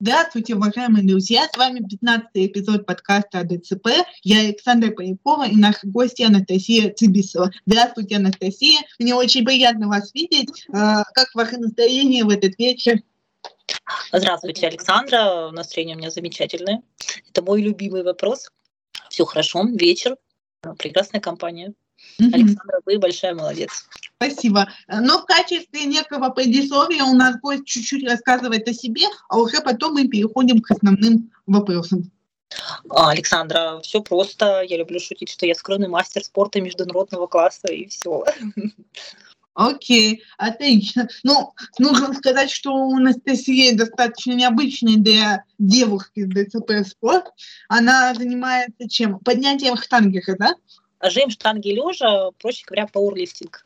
Здравствуйте, уважаемые друзья! С вами 15-й эпизод подкаста о ДЦП. Я Александра Полякова и наша гостья Анастасия Цибисова. Здравствуйте, Анастасия! Мне очень приятно вас видеть. Как ваше настроение в этот вечер? Здравствуйте, Александра. Настроение у меня замечательное. Это мой любимый вопрос. Все хорошо, вечер, прекрасная компания. Александра, вы большая молодец. Спасибо. Но в качестве некого предисловия у нас гость чуть-чуть рассказывает о себе, а уже потом мы переходим к основным вопросам. Александра, все просто. Я люблю шутить, что я скромный мастер спорта международного класса, и все. Окей, отлично. Ну, нужно сказать, что у Анастасии достаточно необычный для девушки с ДЦП спорт. Она занимается чем? Поднятием штангера, да? Жим, штанги лежа, проще говоря, пауэрлифтинг.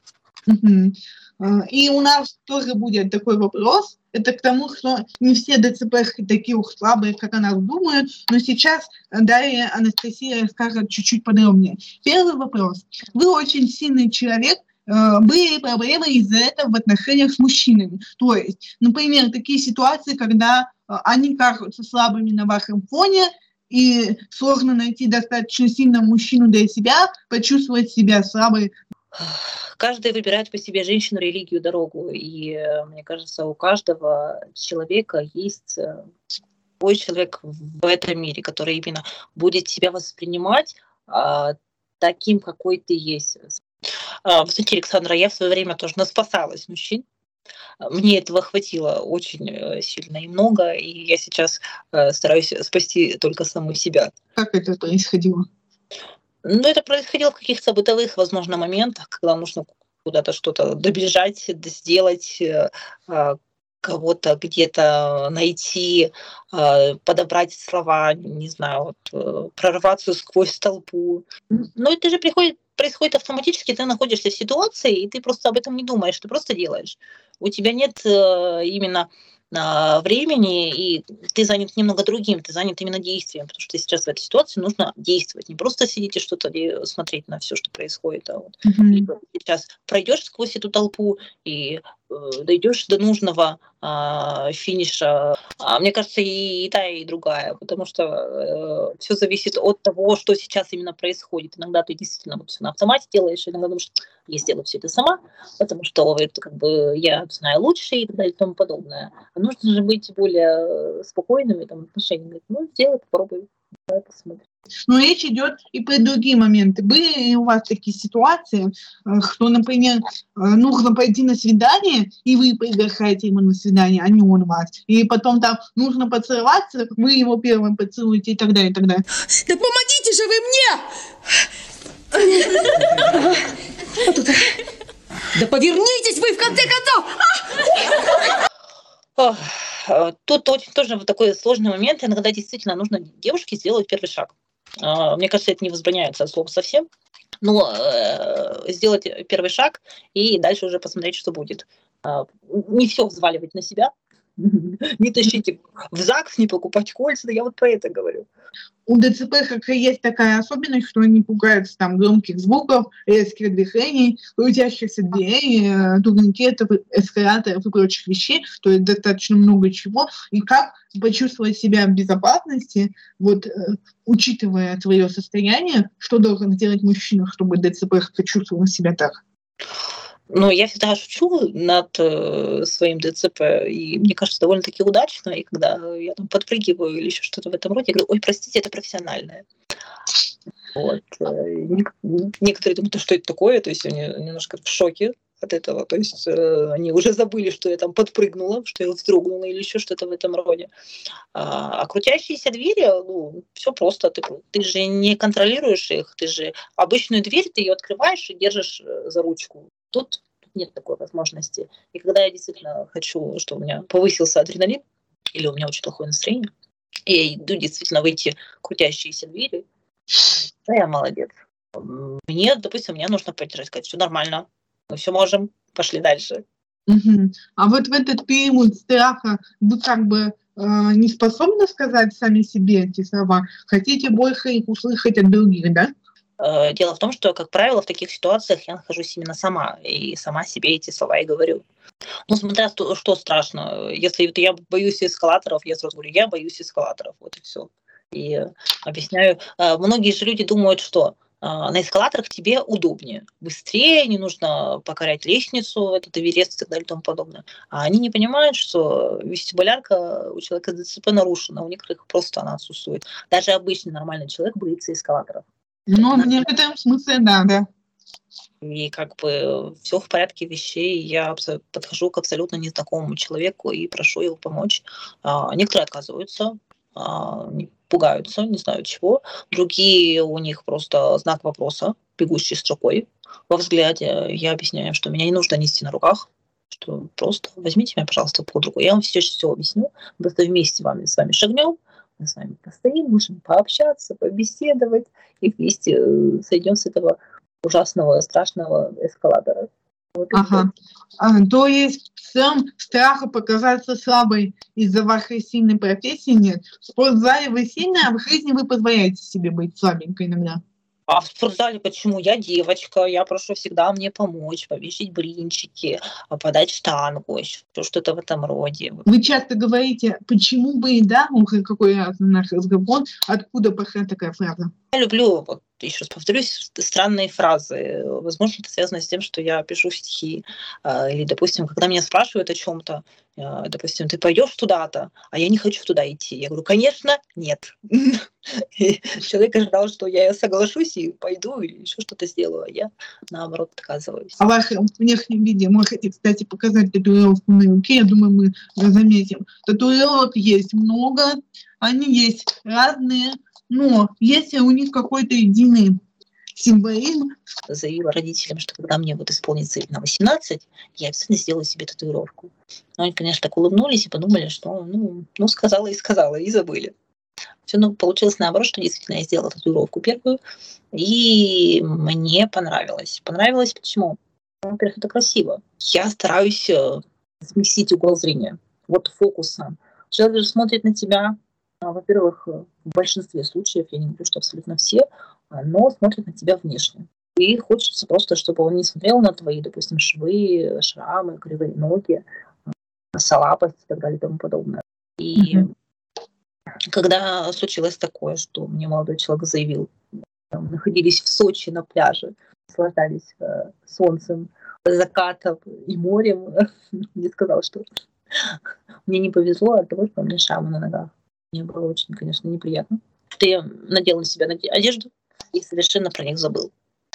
И у нас тоже будет такой вопрос. Это к тому, что не все ДЦП такие уж слабые, как о нас думают, но сейчас далее Анастасия расскажет чуть-чуть подробнее. Первый вопрос. Вы очень сильный человек, были проблемы из-за этого в отношениях с мужчинами. То есть, например, такие ситуации, когда они кажутся слабыми на вашем фоне, и сложно найти достаточно сильного мужчину для себя, почувствовать себя слабой. Каждый выбирает по себе женщину, религию, дорогу. И мне кажется, у каждого человека есть свой человек в этом мире, который именно будет тебя воспринимать таким, какой ты есть. Вы знаете, Александра, я в свое время тоже наспасалась мужчин. Мне этого хватило очень сильно и много, и я сейчас стараюсь спасти только саму себя. Как это происходило? Ну, это происходило в каких-то бытовых, возможно, моментах, когда нужно куда-то что-то добежать, сделать, кого-то где-то найти, подобрать слова, не знаю, прорваться сквозь толпу. Но это же происходит автоматически, ты находишься в ситуации, и ты просто об этом не думаешь, ты просто делаешь. У тебя нет именно времени, и ты занят немного другим, ты занят именно действием, потому что сейчас в этой ситуации нужно действовать, не просто сидеть и что-то смотреть на все, что происходит, а вот либо сейчас пройдешь сквозь эту толпу и дойдешь до нужного финиша. Мне кажется, и та, и другая, потому что все зависит от того, что сейчас именно происходит. Иногда ты действительно все на автомате делаешь, иногда думаешь, я сделаю все это сама, потому что это как бы я знаю лучше и так далее и тому подобное. А нужно же быть более спокойными в отношениях. Ну, сделай, попробуй, давай посмотрим. Но речь идет и про другие моменты. Были ли у вас такие ситуации, что, например, нужно пойти на свидание, и вы приглашаете его на свидание, а не он вас, и потом там нужно поцеловаться, вы его первым поцелуете и так далее, и так далее. Да помогите же вы мне! Да повернитесь вы в конце концов! Тут очень тоже вот такой сложный момент. Иногда действительно нужно девушке сделать первый шаг. Мне кажется, это не возбраняется от слова совсем. Но сделать первый шаг и дальше уже посмотреть, что будет. Не все взваливать на себя. Не тащите в ЗАГС, не покупать кольца. Я вот про это говорю. У ДЦП как есть такая особенность, что они пугаются там громких звуков, резких движений, крутящихся дверей, турникетов, эскалаторов и прочих вещей, то есть достаточно много чего. И как почувствовать себя в безопасности, вот учитывая свое состояние, что должен сделать мужчина, чтобы ДЦП почувствовал себя так? Ну, я всегда шучу над своим ДЦП, и мне кажется, довольно-таки удачно. И когда я там подпрыгиваю или еще что-то в этом роде, я говорю, ой, простите, это профессиональное. Вот. Некоторые думают, что это такое, то есть они немножко в шоке от этого, то есть они уже забыли, что я там подпрыгнула, что я вздрогнула или еще что-то в этом роде. А крутящиеся двери, ну, все просто, ты же не контролируешь их, ты же обычную дверь, ты ее открываешь и держишь за ручку. Тут нет такой возможности. И когда я действительно хочу, что у меня повысился адреналин, или у меня очень плохое настроение, и я иду действительно в эти крутящиеся двери, да, я молодец. Мне нужно поддержать, сказать, все нормально, мы все можем, пошли дальше. А вот в этот период страха вы как бы не способны сказать сами себе эти слова? Хотите больше их услышать от других, да? Дело в том, что, как правило, в таких ситуациях я нахожусь именно сама, и сама себе эти слова и говорю. Ну, смотря что страшно. Если вот я боюсь эскалаторов, я сразу говорю, я боюсь эскалаторов. Вот и все. И объясняю. Многие же люди думают, что на эскалаторах тебе удобнее, быстрее, не нужно покорять лестницу, этот Эверест и так далее и тому подобное. А они не понимают, что вестибулярка у человека с ДЦП нарушена, у некоторых просто она отсутствует. Даже обычный нормальный человек боится эскалаторов. Ну, в некотором смысле, да. И как бы все в порядке вещей. Я подхожу к абсолютно незнакомому человеку и прошу его помочь. Некоторые отказываются, пугаются, не знаю чего. Другие, у них просто знак вопроса, бегущей строкой во взгляде. Я объясняю, что меня не нужно нести на руках, что просто возьмите меня, пожалуйста, под руку. Я вам сейчас все объясню. Просто вместе с вами шагнем, мы с вами постоим, можем пообщаться, побеседовать и вместе сойдем с этого ужасного, страшного эскалатора. Вот ага. То есть в целом страха показаться слабой из-за вашей сильной профессии нет. В спортзале вы сильная, а в жизни вы позволяете себе быть слабенькой иногда. А в спортзале почему? Я девочка, я прошу всегда мне помочь, повесить блинчики, подать штангу, еще что-то в этом роде. Вы часто говорите, почему бы и да, уже какой раз наш разговор, откуда пошла такая фраза? Я люблю, вот еще раз повторюсь, странные фразы. Возможно, это связано с тем, что я пишу стихи. Или, допустим, когда меня спрашивают о чем-то, допустим, ты пойдешь туда-то, а я не хочу туда идти. Я говорю, конечно, нет. И человек ожидал, что я соглашусь и пойду, и еще что-то сделаю, а я, наоборот, отказываюсь. А в вашем внешнем виде можете, кстати, показать татуировку на руке. Я думаю, мы заметим. Татуировок есть много, они есть разные, но если у них какой-то единый символизм. Заявила родителям, что когда мне вот исполнится на 18, я обязательно сделаю себе татуировку. Но они, конечно, так улыбнулись и подумали, что сказала, и забыли. Все получилось наоборот, что действительно я сделала татуировку первую, и мне понравилось. Понравилось почему? Во-первых, это красиво. Я стараюсь сместить угол зрения. Вот фокуса. Человек же смотрит на тебя, во-первых, в большинстве случаев, я не говорю, что абсолютно все, но смотрит на тебя внешне. И хочется просто, чтобы он не смотрел на твои, допустим, швы, шрамы, кривые ноги, косолапость и так далее и тому подобное. И когда случилось такое, что мне молодой человек заявил, находились в Сочи на пляже, наслаждались солнцем, закатом и морем, мне сказал, что мне не повезло от того, что у меня шрамы на ногах. Мне было очень, конечно, неприятно. Что я надела на себя одежду и совершенно про них забыл.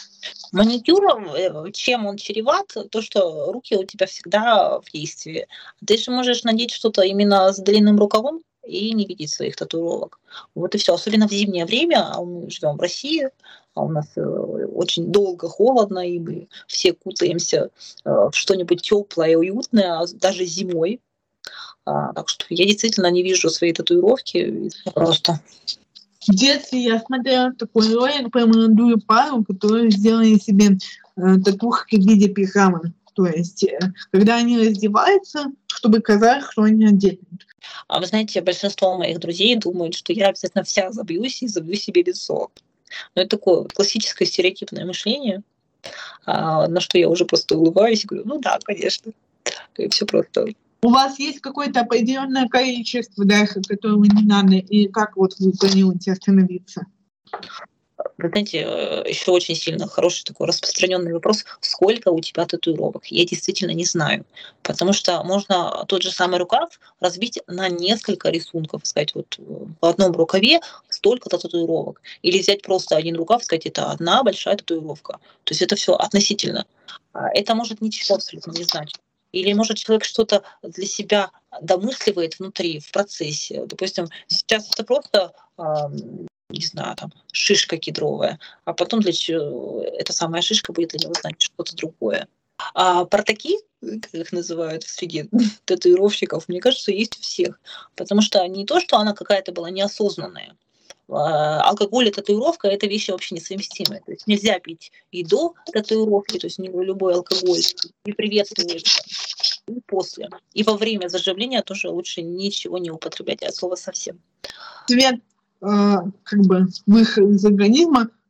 Маникюром, чем он чреват, то, что руки у тебя всегда в действии. Ты же можешь надеть что-то именно с длинным рукавом и не видеть своих татуировок. Вот и все. Особенно в зимнее время, а мы живем в России, а у нас очень долго холодно, и мы все кутаемся в что-нибудь теплое и уютное, даже зимой. Так что я действительно не вижу свои татуировки просто. В детстве я смотрела такой ролик про молодую пару, которые сделали себе татухи в виде пижамы. То есть, когда они раздеваются, чтобы казалось, что они одеты. А вы знаете, большинство моих друзей думают, что я обязательно вся забьюсь и забью себе лицо. Но это такое классическое стереотипное мышление, на что я уже просто улыбаюсь и говорю, ну да, конечно. И все просто. У вас есть какое-то определенное количество, да, которого не надо, и как вот вы планируете остановиться? Вы знаете, еще очень сильно хороший такой распространенный вопрос, сколько у тебя татуировок? Я действительно не знаю, потому что можно тот же самый рукав разбить на несколько рисунков, сказать, вот в одном рукаве столько-то татуировок, или взять просто один рукав, сказать, это одна большая татуировка. То есть это все относительно. Это может ничего абсолютно не значить. Или, может, человек что-то для себя домысливает внутри, в процессе. Допустим, сейчас это просто, не знаю, там, шишка кедровая, а потом эта самая шишка будет для него значить что-то другое. А портаки, как их называют в среде татуировщиков, мне кажется, есть у всех. Потому что не то, что она какая-то была неосознанная. Алкоголь и татуировка – это вещи вообще несовместимые. То есть нельзя пить и до татуировки, то есть любой алкоголь, не приветствуется, и после. И во время заживления тоже лучше ничего не употреблять, от слова совсем. Цвет как бы выход из организма, то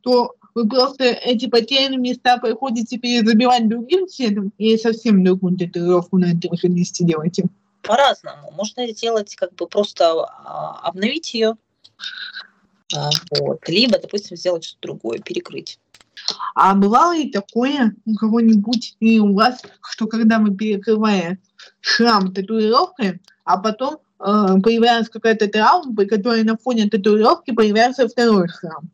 вы просто эти потерянные места приходите перезабивать другим цветом и совсем другую татуировку на этом же месте делаете? По-разному. Можно сделать как бы просто обновить ее, вот. Либо, допустим, сделать что-то другое, перекрыть. А бывало и такое у кого-нибудь и у вас, что когда вы перекрываете шрам татуировкой, а потом появляется какая-то травма, при которой на фоне татуировки появляется второй шрам?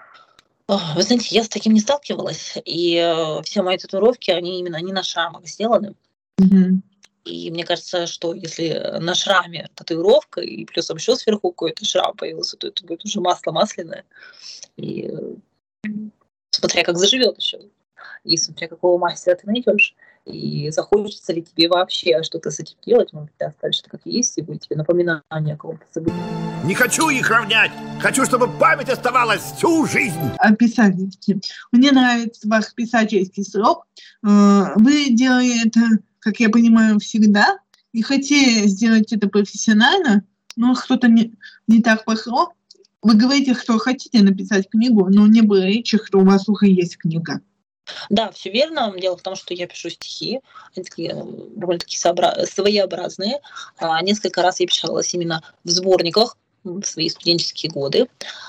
Вы знаете, я с таким не сталкивалась, и все мои татуировки, они именно не на шрамах сделаны. Мгм. И мне кажется, что если на шраме татуировка, и плюсом еще сверху какой-то шрам появился, то это будет уже масло масляное. И смотря как заживет еще, и смотря какого мастера ты найдешь. И захочется ли тебе вообще что-то с этим делать, может быть, ты оставишь это как есть, и будет тебе напоминание о каком-то событии. Не хочу их равнять. Хочу, чтобы память оставалась всю жизнь. О писательстве. Мне нравится ваш писательский срок. Вы делали это, как я понимаю, всегда, и хотели сделать это профессионально, но что-то не так пошло. Вы говорите, что хотите написать книгу, но не было речи, что у вас уже есть книга. Да, все верно. Дело в том, что я пишу стихи, они такие довольно-таки своеобразные. Несколько раз я писалась именно в сборниках в свои студенческие годы.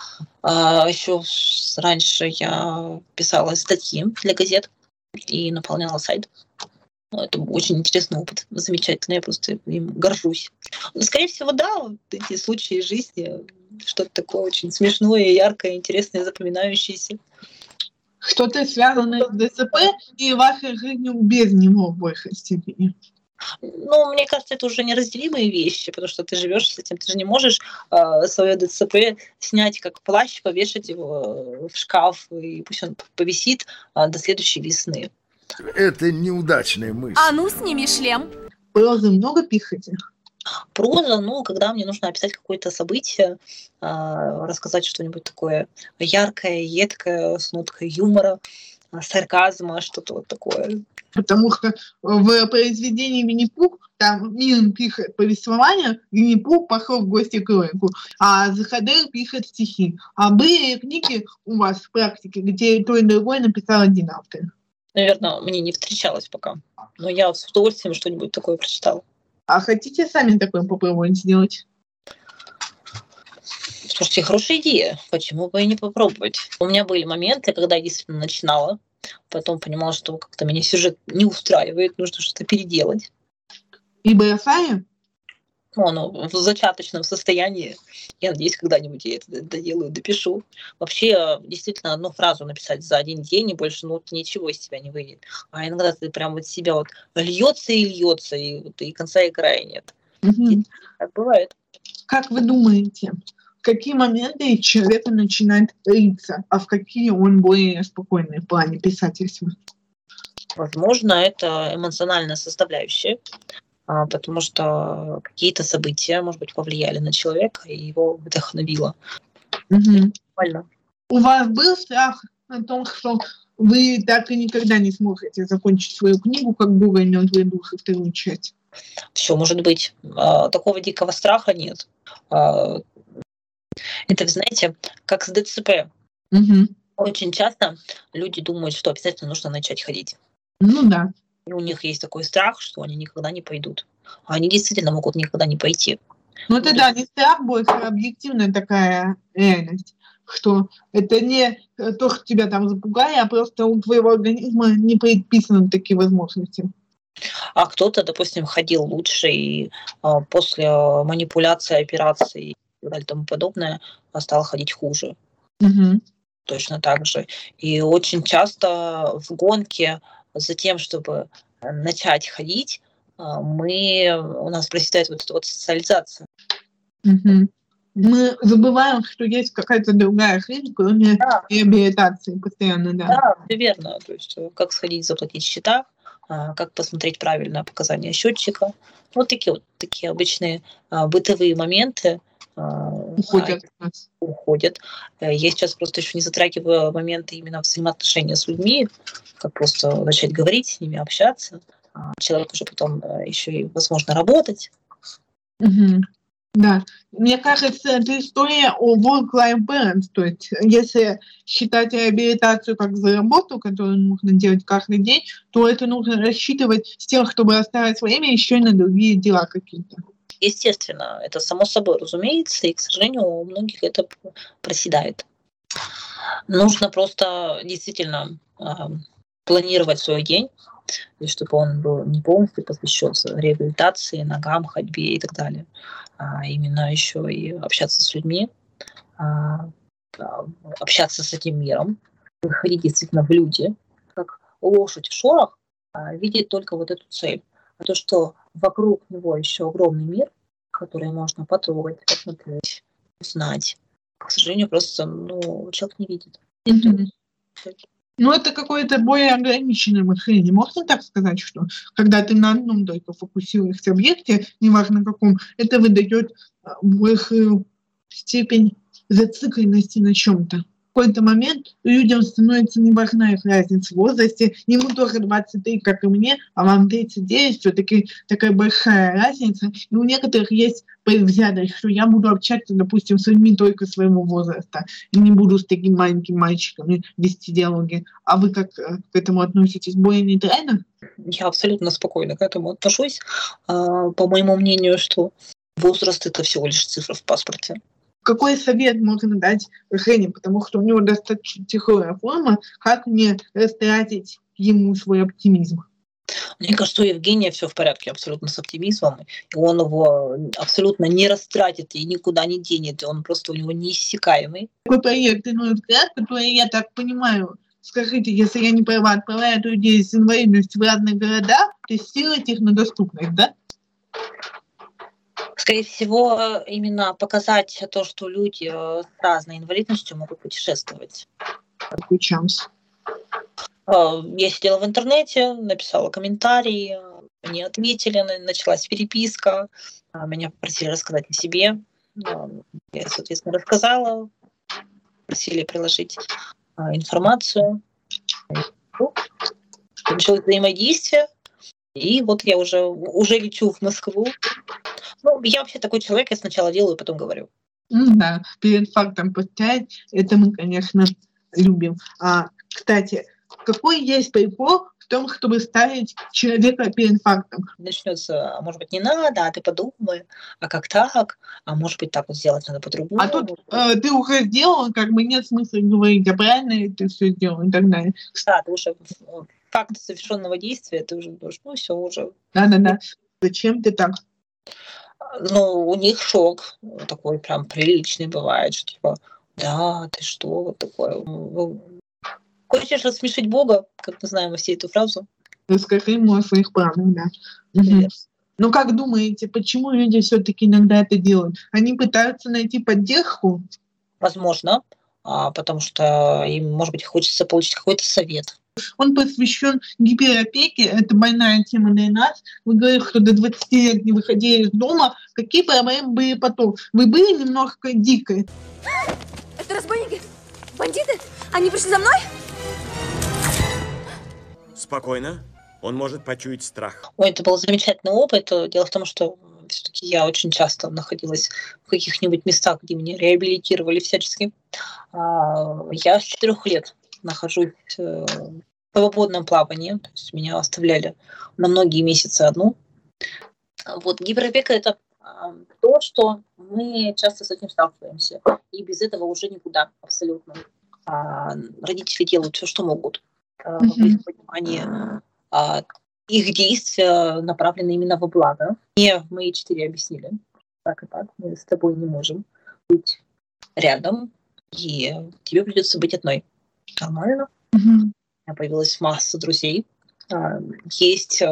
Еще раньше я писала статьи для газет и наполняла сайт. Это очень интересный опыт, замечательный, я просто им горжусь. Но, скорее всего, да, вот эти случаи жизни, что-то такое очень смешное, яркое, интересное, запоминающееся. Что-то связанное с ДЦП и вашей жизнью без него в большей степени. Ну, мне кажется, это уже неразделимые вещи, потому что ты живешь с этим, ты же не можешь свое ДЦП снять как плащ, повешать его в шкаф, и пусть он повисит до следующей весны. Это неудачная мысль. А ну, сними шлем. Прозы много пишете? Проза, ну, когда мне нужно описать какое-то событие, рассказать что-нибудь такое яркое, едкое, с ноткой юмора, сарказма, что-то вот такое. Потому что в произведении «Винни-Пух» там Мирн пишет повествование, Винни-Пух пошел в гости к Ройку, а Захадыр пишет стихи. А были книги у вас в практике, где и то, и другое написал один автор? Наверное, мне не встречалось пока, но я с удовольствием что-нибудь такое прочитала. А хотите сами такое попробовать сделать? Слушайте, хорошая идея. Почему бы и не попробовать? У меня были моменты, когда я действительно начинала, потом понимала, что как-то меня сюжет не устраивает, нужно что-то переделать. И бросали? Ну, оно в зачаточном состоянии. Я надеюсь, когда-нибудь я это доделаю, допишу. Вообще, действительно, одну фразу написать за один день и больше, ну, ничего из тебя не выйдет. А иногда ты прям вот себя вот льется, и конца и края нет. Мгм. Так бывает. Как вы думаете, в какие моменты человек начинает риться, а в какие он более спокойный в плане писательства? Возможно, это эмоциональная составляющая, потому что какие-то события, может быть, повлияли на человека и его вдохновило. Мгм. Нормально. У вас был страх о том, что вы так и никогда не сможете закончить свою книгу, как «Гоголь мертвые души», вторую часть? Все может быть. Такого дикого страха нет. А, Это, вы знаете, как с ДЦП. Мгм. Очень часто люди думают, что обязательно нужно начать ходить. Ну да. И у них есть такой страх, что они никогда не пойдут. А они действительно могут никогда не пойти. Ну это да, не страх больше, а объективная такая реальность, что это не то, что тебя там запугали, а просто у твоего организма не предписаны такие возможности. А кто-то, допустим, ходил лучше и после манипуляции, операции и так далее и тому подобное стал ходить хуже. Мгм. Точно так же. И очень часто в гонке за тем, чтобы начать ходить, у нас проседает вот эта вот социализация. Мгм. Мы забываем, что есть какая-то другая жизнь, кроме Да, реабилитации постоянно, да. да, все верно. То есть как сходить заплатить счета, как посмотреть правильное показание счетчика. Вот такие обычные бытовые моменты Уходят от нас. уходят. Я сейчас просто еще не затрагиваю моменты именно взаимоотношения с людьми, как просто начать говорить с ними, общаться. Человек уже потом еще и, возможно, работать. Мгм. Да, мне кажется, это история о work-life balance. То есть, если считать реабилитацию как за работу, которую нужно делать каждый день, то это нужно рассчитывать с тем, чтобы оставить время еще и на другие дела какие-то. Естественно, это само собой разумеется, и, к сожалению, у многих это проседает. Нужно просто действительно планировать свой день, и чтобы он был не полностью посвящен реабилитации, ногам, ходьбе и так далее, а именно еще и общаться с людьми, общаться с этим миром, выходить действительно в люди, как лошадь в шорах, видит только вот эту цель. А то, что вокруг него еще огромный мир, который можно потрогать, посмотреть, узнать, к сожалению, просто человек не видит. Ну, это какое-то более ограниченное мышление. Можно так сказать, что когда ты на одном только фокусируешься объекте, неважно каком, это выдает большую степень зацикленности на чем-то. В какой-то момент людям становится не важна их разница в возрасте. Ему тоже 23, как и мне, а вам 39, все-таки такая большая разница. И у некоторых есть предвзятость, что я буду общаться, допустим, с людьми только своего возраста, и не буду с такими маленькими мальчиками вести диалоги. А вы как к этому относитесь? Более нейтрально? Я абсолютно спокойно к этому отношусь. По моему мнению, что возраст – это всего лишь цифра в паспорте. Какой совет можно дать Жене, потому что у него достаточно тяжелая форма, как не растратить ему свой оптимизм? Мне кажется, у Евгения все в порядке абсолютно с оптимизмом, и он его абсолютно не растратит и никуда не денет, и он просто у него неиссякаемый. Такой проект «Иной взгляд», который, я так понимаю, скажите, если я не права, отправляет людей с инвалидностью в разные города, тестировать их на доступность, да? Скорее всего, именно показать то, что люди с разной инвалидностью могут путешествовать. Какой шанс? Я сидела в интернете, написала комментарии, мне ответили, началась переписка, меня попросили рассказать о себе. Я, соответственно, рассказала, просили приложить информацию. Началось взаимодействие, и вот я уже лечу в Москву. Я вообще такой человек, я сначала делаю, потом говорю. Да, перед фактом поставить, это мы, конечно, любим. Кстати, какой есть прикол в том, чтобы ставить человека перед фактом? Начнется, может быть, не надо, а ты подумай, а как так, а может быть, так вот сделать надо по-другому. А тут ты уже сделал, как бы нет смысла говорить, а правильно ли ты все сделал и так далее. Да, ты уже факт совершенного действия, ты уже думаешь, все уже. Да. Зачем ты так? У них шок такой прям приличный бывает, что типа, да, ты что, вот такое. Хочешь рассмешить Бога, как мы знаем все эту фразу? Расскажи ему о своих планах, да. Угу. Ну, как думаете, почему люди все-таки иногда это делают? Они пытаются найти поддержку? Возможно, потому что им, может быть, хочется получить какой-то совет. Он посвящен гиперопеке, это больная тема для нас. Вы говорите, что до 20 лет не выходили из дома. Какие проблемы были потом? Вы были немножко дикой? Это разбойники? Бандиты? Они пришли за мной? Спокойно. Он может почуять страх. Это был замечательный опыт. Дело в том, что все-таки я очень часто находилась в каких-нибудь местах, где меня реабилитировали всячески. Я с 4 лет нахожусь в свободном плавании. То есть меня оставляли на многие месяцы одну. Гиперопека – это то, что мы часто с этим сталкиваемся. И без этого уже никуда абсолютно. Родители делают все, что могут. В их понимании их действия направлены именно во благо. Мне мои 4 объяснили. Так и так. Мы с тобой не можем быть рядом. И тебе придется быть одной. Нормально. У меня появилась масса друзей. Есть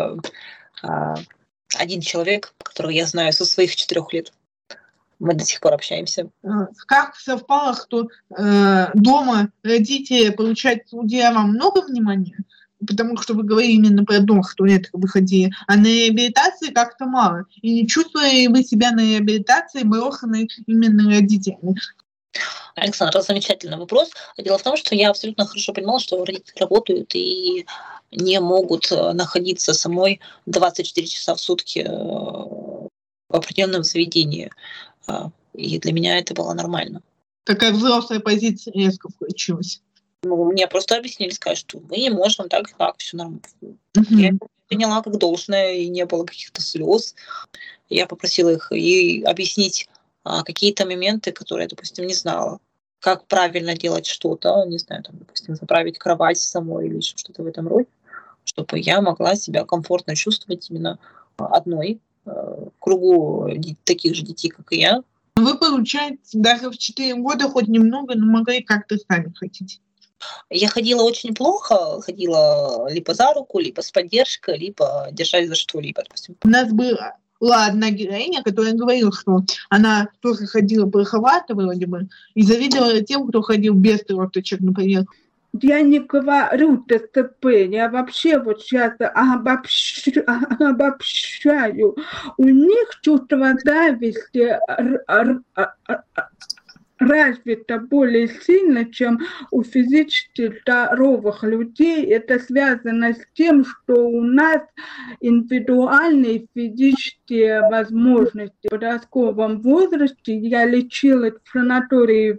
один человек, которого я знаю со своих 4 лет. Мы до сих пор общаемся. Как совпало, что дома родители получают уделом много внимания? Потому что вы говорили именно про дом, что нет, выходили. А на реабилитации как-то мало. И не чувствовали вы себя на реабилитации брошенной именно родителями? Александр, это замечательный вопрос. Дело в том, что я абсолютно хорошо понимала, что родители работают и не могут находиться самой 24 часа в сутки в определенном заведении. И для меня это было нормально. Такая взрослая позиция резко включилась. Мне просто объяснили, сказать, что мы не можем так и так, все нормально. Мгм. Я это приняла как должное, и не было каких-то слез. Я попросила их и объяснить какие-то моменты, которые я, допустим, не знала. Как правильно делать что-то, не знаю, там, допустим, заправить кровать самой или еще что-то в этом роде, чтобы я могла себя комфортно чувствовать именно одной в кругу таких же детей, как и я. Вы, получается, даже в 4 года хоть немного, но могли как-то сами ходить. Я ходила очень плохо, ходила либо за руку, либо с поддержкой, либо держась за что-либо, допустим. У нас была одна героиня, которая говорила, что она тоже ходила плоховато вроде бы, и завидовала тем, кто ходил без тросточек, например. Я не говорю ТЦП, я вообще вот сейчас обобщаю. У них чувство зависти развито более сильно, чем у физически здоровых людей. Это связано с тем, что у нас индивидуальные физические возможности. В подростковом возрасте я лечилась в санатории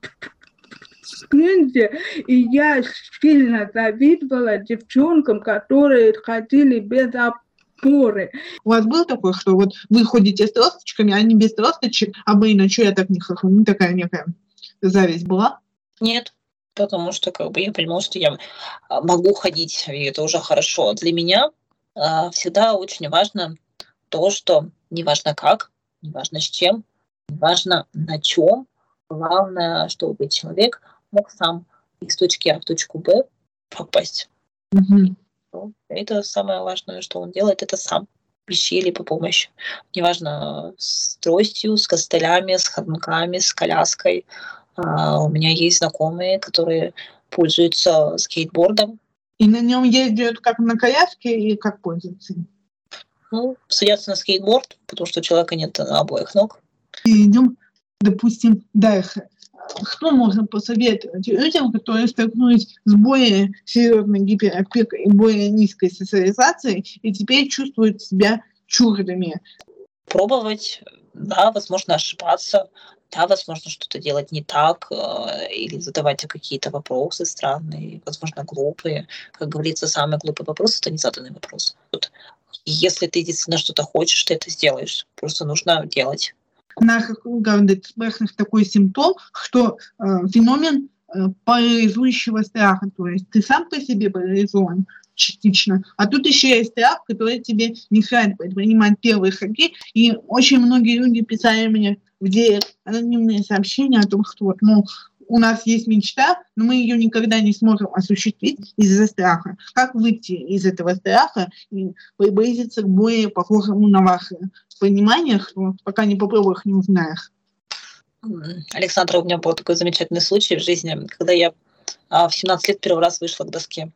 в Пензе, и я сильно завидовала девчонкам, которые ходили без опоры. У вас было такое, что вот вы ходите с тросточками, а они без тросточек, а вы иначе я так не хожу? Ну, такая некая зависть была? Нет, потому что я понимала, что я могу ходить, и это уже хорошо. Для меня всегда очень важно то, что неважно как, неважно с чем, неважно на чем, главное, чтобы человек мог сам из точки А в точку Б попасть. Мгм. Это самое важное, что он делает, это сам, без чьей-либо помощи. Неважно, с тростью, с костылями, с ходунками, с коляской. У меня есть знакомые, которые пользуются скейтбордом. И на нем ездят как на коляске и как пользуются? Садятся на скейтборд, потому что у человека нет обоих ног. И идем, допустим, дальше. Что можно посоветовать людям, которые столкнулись с более серьезной гиперопекой и более низкой социализацией и теперь чувствуют себя чуждыми? Пробовать, да, возможно, ошибаться, да, возможно, что-то делать не так, или задавать какие-то вопросы странные, возможно, глупые. Как говорится, самый глупый вопрос – это незаданный вопрос. Если ты действительно что-то хочешь, ты это сделаешь. Просто нужно делать. В наших кругах ДЦПшных такой симптом, что феномен парализующего страха. То есть ты сам по себе парализован частично, а тут еще есть страх, который тебе мешает предпринимать первые шаги. И очень многие люди писали мне в директ анонимные сообщения о том, что вот, мол, у нас есть мечта, но мы ее никогда не сможем осуществить из-за страха. Как выйти из этого страха и приблизиться к более похожему на ваше понимание, что пока не попробуешь, не узнаешь? Александра, у меня был такой замечательный случай в жизни, когда я в 17 лет первый раз вышла к доске.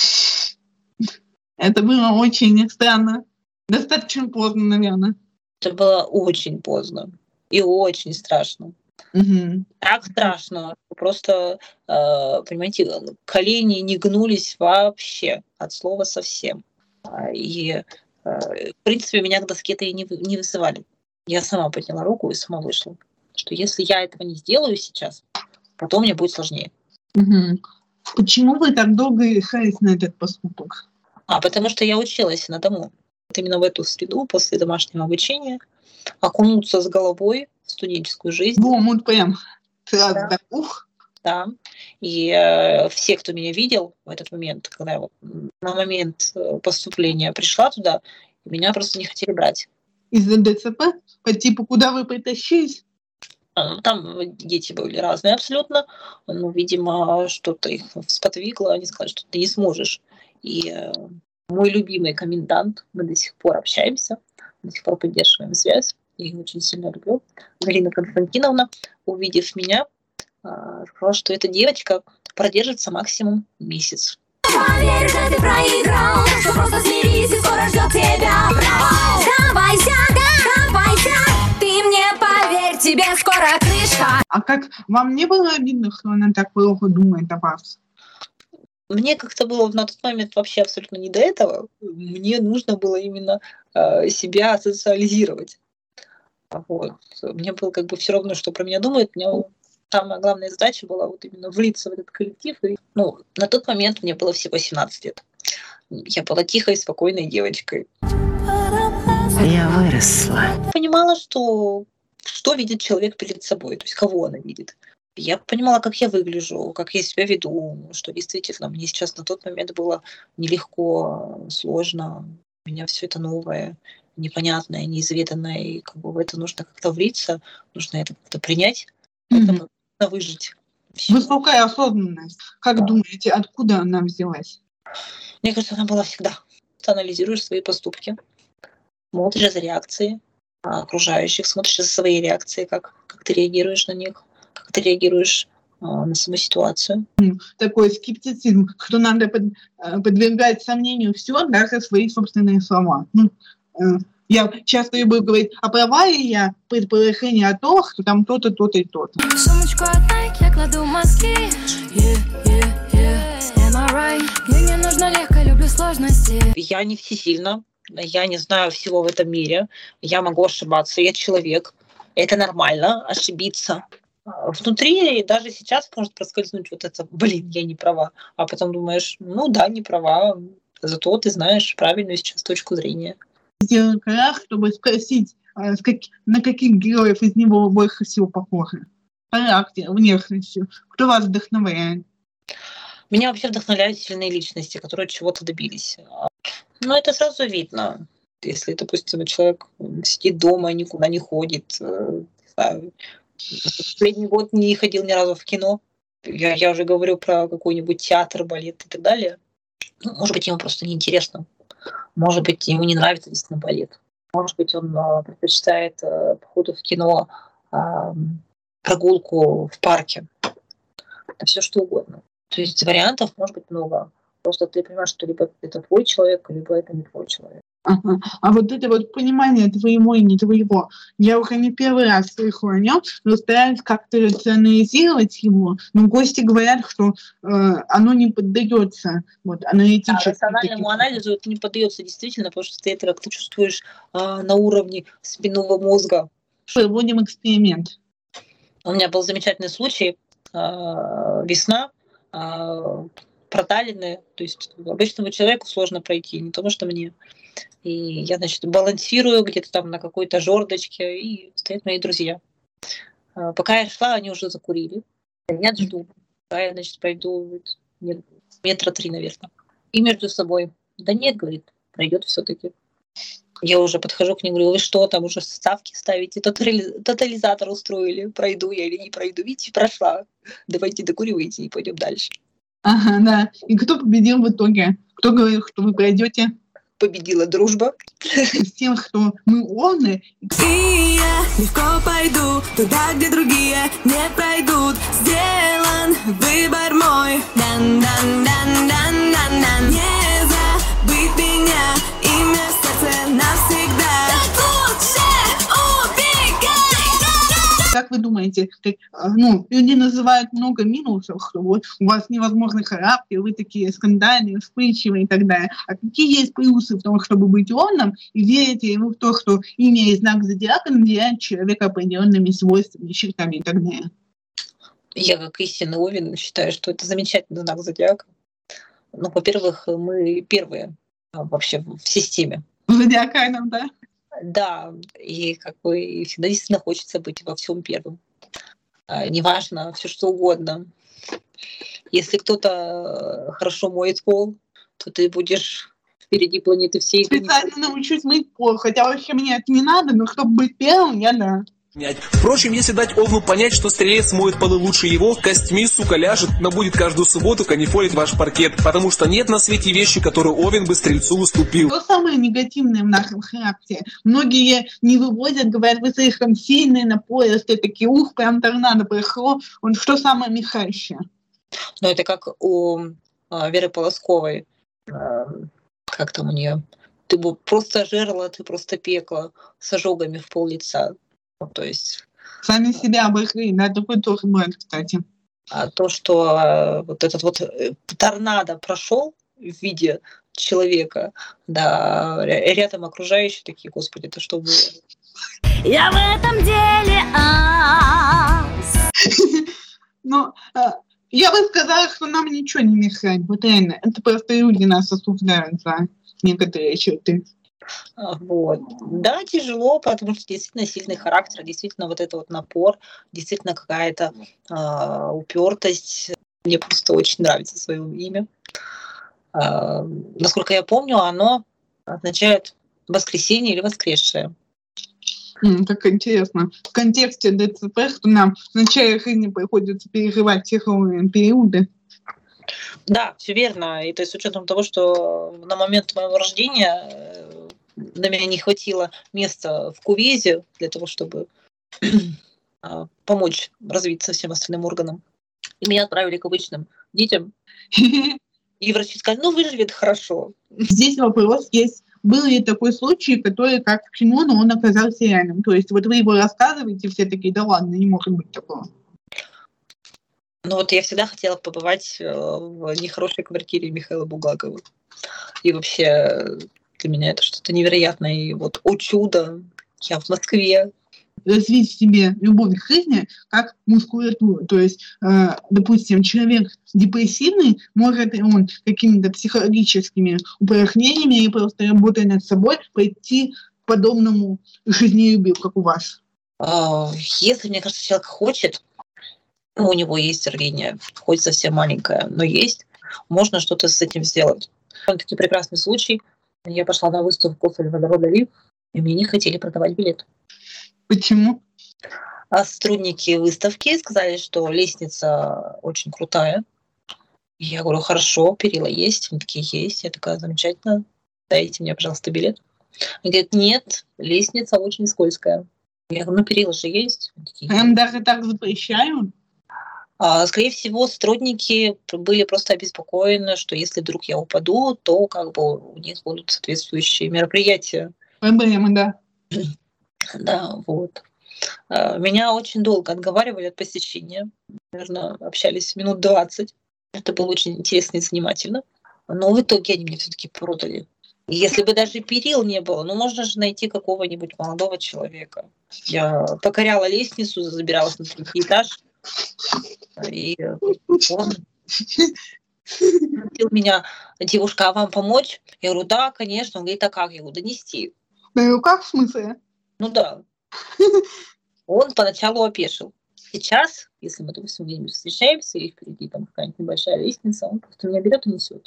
Это было очень странно. Достаточно поздно, наверное. Это было очень поздно и очень страшно. Угу. Так страшно, просто, понимаете, колени не гнулись вообще от слова совсем. И, в принципе, меня к доске-то и не вызывали. Я сама подняла руку и сама вышла. Что если я этого не сделаю сейчас, потом мне будет сложнее. Угу. Почему вы так долго решались на этот поступок? Потому что я училась на дому. Вот именно в эту среду после домашнего обучения окунуться с головой в студенческую жизнь. Вот прям сразу Да. так, ух. Да. И все, кто меня видел в этот момент, когда я вот на момент поступления пришла туда, меня просто не хотели брать. Из-за ДЦП? По типу, куда вы притащились? Там дети были разные абсолютно, но, видимо, что-то их сподвигло, они сказали, что ты не сможешь. И мой любимый комендант, мы до сих пор общаемся, до сих пор поддерживаем связь, я их очень сильно люблю. Галина Константиновна, увидев меня, сказала, что эта девочка продержится максимум месяц. Поверь, что ты проиграл, что просто смирись, и скоро ждет тебя провал. Сдавайся, ты мне поверь, тебе скоро крышка. А как вам не было обидно, что она так плохо думает о вас? Мне как-то было на тот момент вообще абсолютно не до этого. Мне нужно было именно себя социализировать. Вот. Мне было как бы все равно, что про меня думают. У меня самая главная задача была вот именно влиться в этот коллектив. И, на тот момент мне было всего 17 лет. Я была тихой, спокойной девочкой. Я выросла. Понимала, что видит человек перед собой, то есть кого она видит. Я понимала, как я выгляжу, как я себя веду, что действительно мне сейчас на тот момент было нелегко, сложно. У меня все это новое, непонятное, неизведанное, и как бы в это нужно как-то влиться, нужно это как-то принять, поэтому нужно выжить. Всё. Высокая осознанность. Как думаете, откуда она взялась? Мне кажется, она была всегда. Ты анализируешь свои поступки, смотришь за реакцией окружающих, смотришь за свои реакции, как ты реагируешь на них, как ты реагируешь на саму ситуацию. Такой скептицизм, что надо подвергать сомнению все, даже свои собственные слова. Я часто люблю говорить, а права ли я предположение о том, что там то-то, то-то и то-то. Сумочку от Nike я кладу мозги. Am I right? Мне не нужно легко, люблю сложности. Я не всесильна, я не знаю всего в этом мире, я могу ошибаться, я человек. Это нормально, ошибиться. Внутри даже сейчас может проскользнуть вот это, я не права. А потом думаешь, да, не права, зато ты знаешь правильную сейчас точку зрения. Сделай крах, чтобы спросить, на каких героев из него вы больше всего похожи. Характер, внешностью. Кто вас вдохновляет? Меня вообще вдохновляют сильные личности, которые чего-то добились. Это сразу видно. Если, допустим, человек сидит дома и никуда не ходит, последний год не ходил ни разу в кино, я уже говорю про какой-нибудь театр, балет и так далее. Может быть, ему просто неинтересно. Может быть, ему не нравится действительно балет. Может быть, он предпочитает походу в кино, прогулку в парке. Это все что угодно. То есть вариантов может быть много. Просто ты понимаешь, что либо это твой человек, либо это не твой человек. Ага. А вот это вот понимание твоего и не твоего, я уже не первый раз слышу о нем, но стараюсь как-то рационализировать его. Но гости говорят, что оно не поддается аналитически. Рациональному анализу это не поддается действительно, потому что ты это как-то чувствуешь на уровне спинного мозга. Проводим эксперимент. У меня был замечательный случай. Весна, проталины, то есть обычному человеку сложно пройти, не то что мне. И я, балансирую где-то там на какой-то жердочке, и стоят мои друзья. Пока я шла, они уже закурили. Я жду. Я, пойду метра 3, наверное. И между собой. Да нет, говорит, пройдет все-таки. Я уже подхожу к ним, говорю, вы что, там уже ставки ставите, тотализатор устроили, пройду я или не пройду. Видите, прошла. Давайте докуривайте и пойдем дальше. Ага, да. И кто победил в итоге? Кто говорил, что вы пройдете? Победила дружба. С тем, что мы овны. И я легко пойду туда, где другие не пройдут. Сделан выбор мой. Дан-дан-дан-дан-дан-дан. Не забыть меня, имя в сердце навсегда. Так лучше убегай. Как вы думаете, люди называют много минусов, что вот у вас невозможный характер, вы такие скандальные, вспыльчивые и так далее. А какие есть плюсы в том, чтобы быть овном, и верите ли вы в то, что имя и знак зодиака наделяет человека определенными свойствами, чертами и так далее? Я, как истинный овен, считаю, что это замечательный знак зодиака. Во-первых, мы первые вообще в системе. Зодиакальном, да? Да, и всегда действительно хочется быть во всем первым. Неважно, все что угодно. Если кто-то хорошо моет пол, то ты будешь впереди планеты всей. Специально научусь мыть пол, хотя вообще мне это не надо, но чтобы быть первым, я да. Впрочем, если дать овну понять, что стрелец моет полы лучше его, костьми, сука, ляжет, но будет каждую субботу канифолить ваш паркет, потому что нет на свете вещи, которую овен бы стрельцу уступил. Что самое негативное в нашем характере? Многие не выводят, говорят, вы слишком сильные на поезд, и такие, прям торнадо пришло. Вот что самое мешающее? Это как у Веры Полосковой. Как там у нее? Ты бы просто жерла, ты просто пекла с ожогами в пол-лица. То есть сами себя обожгли, да, такой тоже бывает, кстати. А то, что вот этот торнадо прошел в виде человека, да, рядом окружающие такие, господи, это что было? Я в этом деле Но я бы сказала, что нам ничего не мешает. Вот реально, это просто люди нас осуждают за некоторые черты. Вот. Да, тяжело, потому что действительно сильный характер, действительно вот это вот напор, действительно какая-то упертость. Мне просто очень нравится свое имя. Насколько я помню, оно означает воскресенье или воскресшее. Как интересно. В контексте ДЦП, что нам в начале жизни приходится переживать тяжелые периоды. Да, все верно. И то есть с учетом того, что на момент моего рождения на меня не хватило места в кувезе для того, чтобы помочь развиться всем остальным органам. И меня отправили к обычным детям. И врачи сказали, ну, выживет хорошо. Здесь вопрос есть. Был ли такой случай, который как в кино, но он оказался реальным? То есть вот вы его рассказываете, все такие, да ладно, не может быть такого. Ну вот я всегда хотела побывать в нехорошей квартире Михаила Булгакова. И вообще для меня это что-то невероятное. И вот, о чудо, я в Москве. Развить в себе любовь к жизни как мускулатуру. То есть, допустим, человек депрессивный, может он какими-то психологическими упражнениями или просто работая над собой пойти к подобному жизнелюбию, как у вас? Если, мне кажется, человек хочет, ну, у него есть рвение, хоть совсем маленькое, но есть, можно что-то с этим сделать. Такой прекрасный случай. Я пошла на выставку Сальвадора Дали, и мне не хотели продавать билет. Почему? А сотрудники выставки сказали, что лестница очень крутая. И я говорю, хорошо, перила есть? Они такие, есть. Я такая, замечательно. Дайте мне, пожалуйста, билет. Они говорят, нет, лестница очень скользкая. Я говорю, ну перила же есть. Они такие, Прям даже так запрещают? Скорее всего, сотрудники были просто обеспокоены, что если вдруг я упаду, то как бы у них будут соответствующие мероприятия. Проблемы, да. Да, вот. Меня очень долго отговаривали от посещения. Наверное, общались минут 20. Это было очень интересно и занимательно. Но в итоге они мне все-таки продали. И если бы даже перил не было, ну можно же найти какого-нибудь молодого человека. Я покоряла лестницу, забиралась на третий этаж. И он спросил меня, девушка, а вам помочь? Я говорю, да, конечно. Он говорит, а как? Я говорю, донести. На руках в смысле? Ну да. Он поначалу опешил. Сейчас, если мы, допустим, где-нибудь встречаемся, и впереди там какая-нибудь небольшая лестница, он просто меня берет и несет.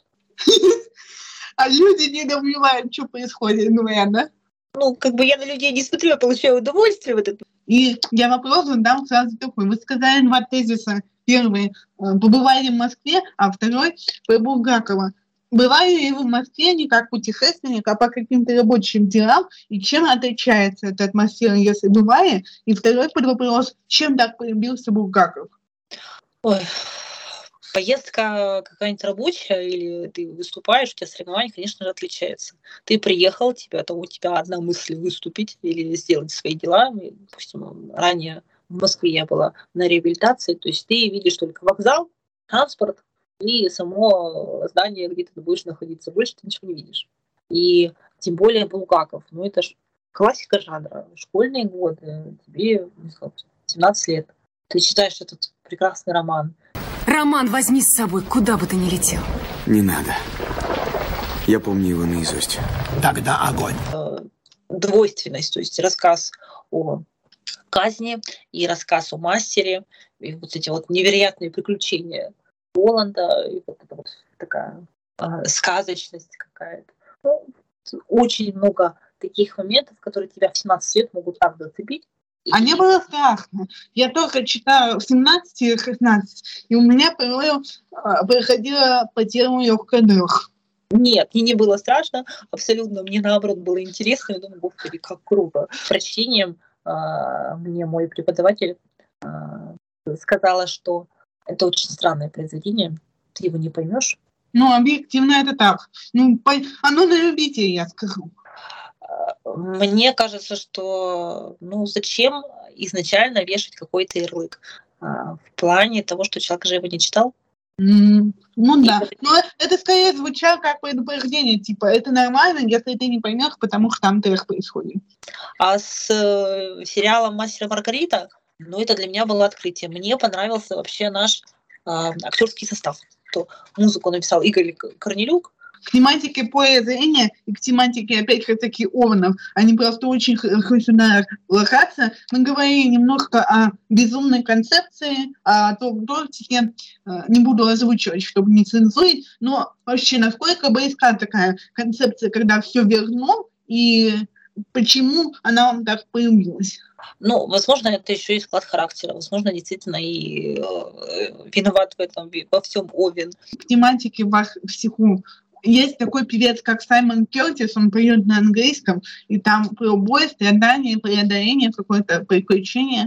А люди недоумевают, что происходит, говорят, да? Ну, как бы я на людей не смотрю, я получаю удовольствие в этот. И я вопрос задам сразу такой. Вы сказали два тезиса. Первый – побывали в Москве, а второй – про Булгакова. Бывали ли вы в Москве не как путешественник, а по каким-то рабочим делам? И чем отличается эта атмосфера, если бывали? И второй подвопрос – чем так полюбился Булгаков? Ой, поездка какая-нибудь рабочая или ты выступаешь, у тебя соревнования, конечно же, отличается. Ты приехал, у тебя одна мысль выступить или сделать свои дела. Допустим, ранее в Москве я была на реабилитации, то есть ты видишь только вокзал, транспорт и само здание, где ты будешь находиться. Больше ты ничего не видишь. И тем более Булгаков. Ну, это же классика жанра. Школьные годы, тебе 17 лет. Ты читаешь этот прекрасный роман. Роман возьми с собой, куда бы ты ни летел. Не надо. Я помню его наизусть. Тогда огонь. Двойственность, то есть рассказ о казни и рассказ о мастере, и вот эти вот невероятные приключения Воланда, и вот это вот такая сказочность какая-то. Ну, очень много таких моментов, которые тебя в 17 лет могут так зацепить. А не было страшно. Я только читаю в 17 или 16, и у меня проходила по телу легкая дрожь. Нет, мне не было страшно, абсолютно. Мне, наоборот, было интересно. Я думаю, господи, как круто. Прочтением мне мой преподаватель сказала, что это очень странное произведение, ты его не поймешь. Ну, объективно это так. Ну, оно на любителей, я скажу. Мне кажется, что зачем изначально вешать какой-то ярлык в плане того, что человек же его не читал. Ну да, но это скорее звучало как предупреждение, типа, это нормально, если ты не поймешь, потому что там трек происходит. А с сериалом «Мастер и Маргарита», ну, это для меня было открытие. Мне понравился вообще наш актерский состав. То музыку написал Игорь Корнелюк. К тематике поля зрения и к тематике, опять-таки, Овнов, они просто очень хорошо сюда ложатся. Мы говорили немножко о безумной концепции, о тортике. Не буду озвучивать, чтобы не цензурить, но вообще насколько близка такая концепция, когда все верно, и почему она вам так полюбилась? Ну, возможно, это еще и склад характера. Возможно, действительно и виноват в этом во всем Овен. К тематике ваших стихов. Есть такой певец, как Саймон Кертис, он поет на английском, и там про бой, страдания, преодоление, какое-то приключение.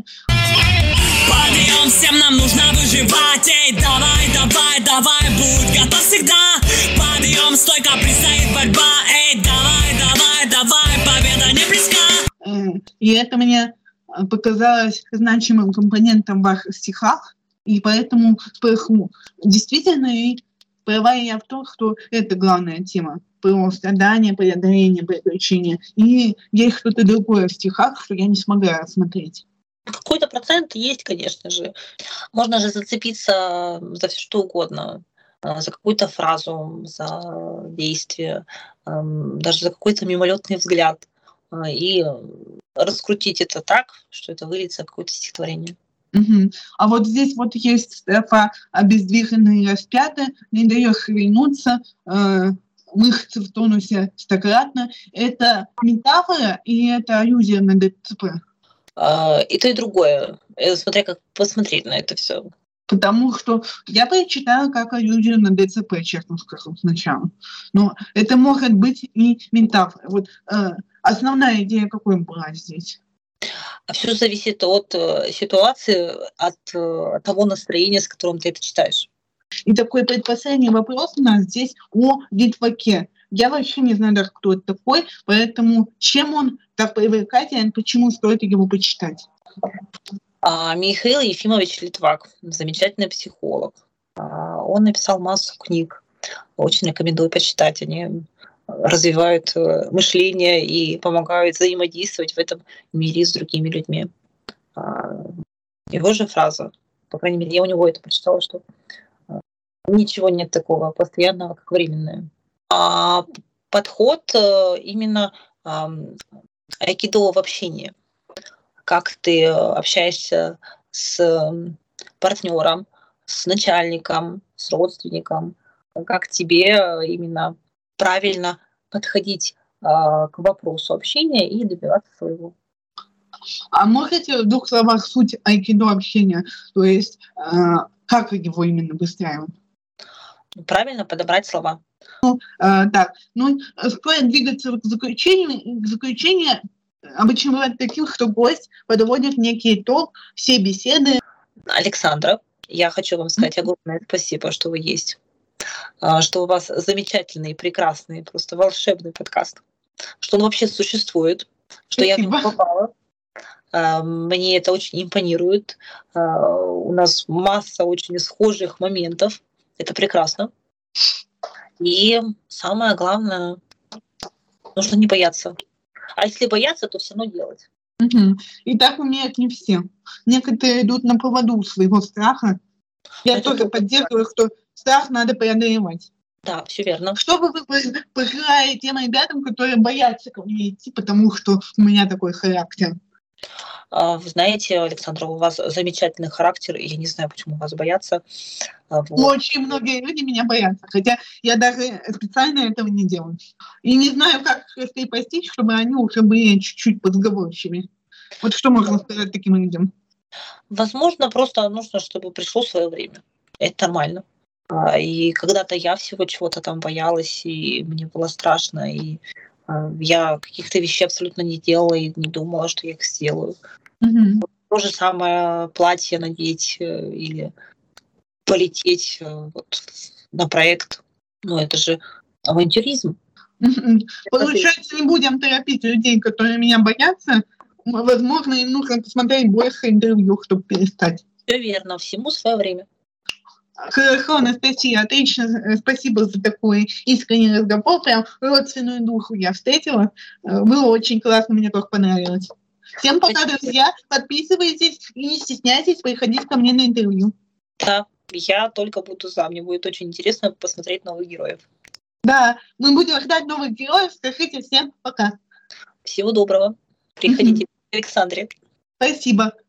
Подъем, всем нам нужно выживать. Эй, давай, давай, давай, будь готов всегда. Подъем, стойко предстоит борьба. Эй, давай, давай, давай, победа не близка. И это мне показалось значимым компонентом в ваших стихах, и поэтому спрошу, действительно ли права я в том, что это главная тема, про страдания, преодоление, приключения, и есть что-то другое в стихах, что я не смогла рассмотреть? Какой-то процент есть, конечно же. Можно же зацепиться за все что угодно, за какую-то фразу, за действие, даже за какой-то мимолетный взгляд, и раскрутить это так, что это выльется в какое-то стихотворение. Угу. А вот здесь вот есть строфа «Обездвиженный и распятый, не даешь шевельнуться, мышцы в тонусе стократно». Это метафора и это аллюзия на ДЦП? И то, и другое. Смотря как посмотреть на это все. Потому что я прочитала как аллюзию на ДЦП, честно скажу, сначала. Но это может быть и метафора. Вот основная идея какой была здесь? Все зависит от ситуации, от того настроения, с которым ты это читаешь. И такой предпоследний вопрос у нас здесь о Литваке. Я вообще не знаю даже, кто это такой, поэтому чем он так привлекателен, почему стоит его почитать? Михаил Ефимович Литвак, замечательный психолог. Он написал массу книг. Очень рекомендую почитать. Они развивают мышление и помогают взаимодействовать в этом мире с другими людьми. Его же фраза, по крайней мере, я у него это прочитала, что ничего нет такого постоянного, как временное. А подход именно айкидо в общении. Как ты общаешься с партнером, с начальником, с родственником, как тебе именно правильно подходить к вопросу общения и добиваться своего. А можете в двух словах суть айкидо общения, то есть как его именно выстраивать? Правильно подобрать слова. Стоит двигаться к заключению обычно бывает таким, что гость подводит некий итог, все беседы. Александра, я хочу вам сказать огромное спасибо, что вы есть, что у вас замечательный, прекрасный, просто волшебный подкаст, что он вообще существует, что я в него попала. Мне это очень импонирует. У нас масса очень схожих моментов. Это прекрасно. И самое главное, нужно не бояться. А если бояться, то все равно делать. Угу. И так умеют не все. Некоторые идут на поводу своего страха. Я тоже поддерживаю, что страх надо преодолевать. Да, все верно. Что бы вы пожелали тем ребятам, которые боятся ко мне идти, потому что у меня такой характер? Вы знаете, Александра, у вас замечательный характер, и я не знаю, почему вас боятся. Очень многие люди меня боятся, хотя я даже специально этого не делаю. И не знаю, как их постичь, чтобы они уже были чуть-чуть подговорчивыми. Вот что можно сказать таким людям? Возможно, просто нужно, чтобы пришло свое время. Это нормально. И когда-то я всего чего-то там боялась, и мне было страшно, и я каких-то вещей абсолютно не делала и не думала, что я их сделаю. Угу. То же самое платье надеть или полететь на проект. Ну, это же авантюризм. Получается, не будем торопить людей, которые меня боятся. Возможно, им нужно посмотреть больше интервью, чтобы перестать. Все верно, всему свое время. Хорошо, Анастасия, отлично. Спасибо за такой искренний разговор. Прям родственную душу я встретила. Было очень классно, мне тоже понравилось. Всем пока, друзья. Подписывайтесь и не стесняйтесь приходить ко мне на интервью. Да, я только буду за. Мне будет очень интересно посмотреть новых героев. Да, мы будем ждать новых героев. Скажите всем пока. Всего доброго. Приходите к Александре. Спасибо.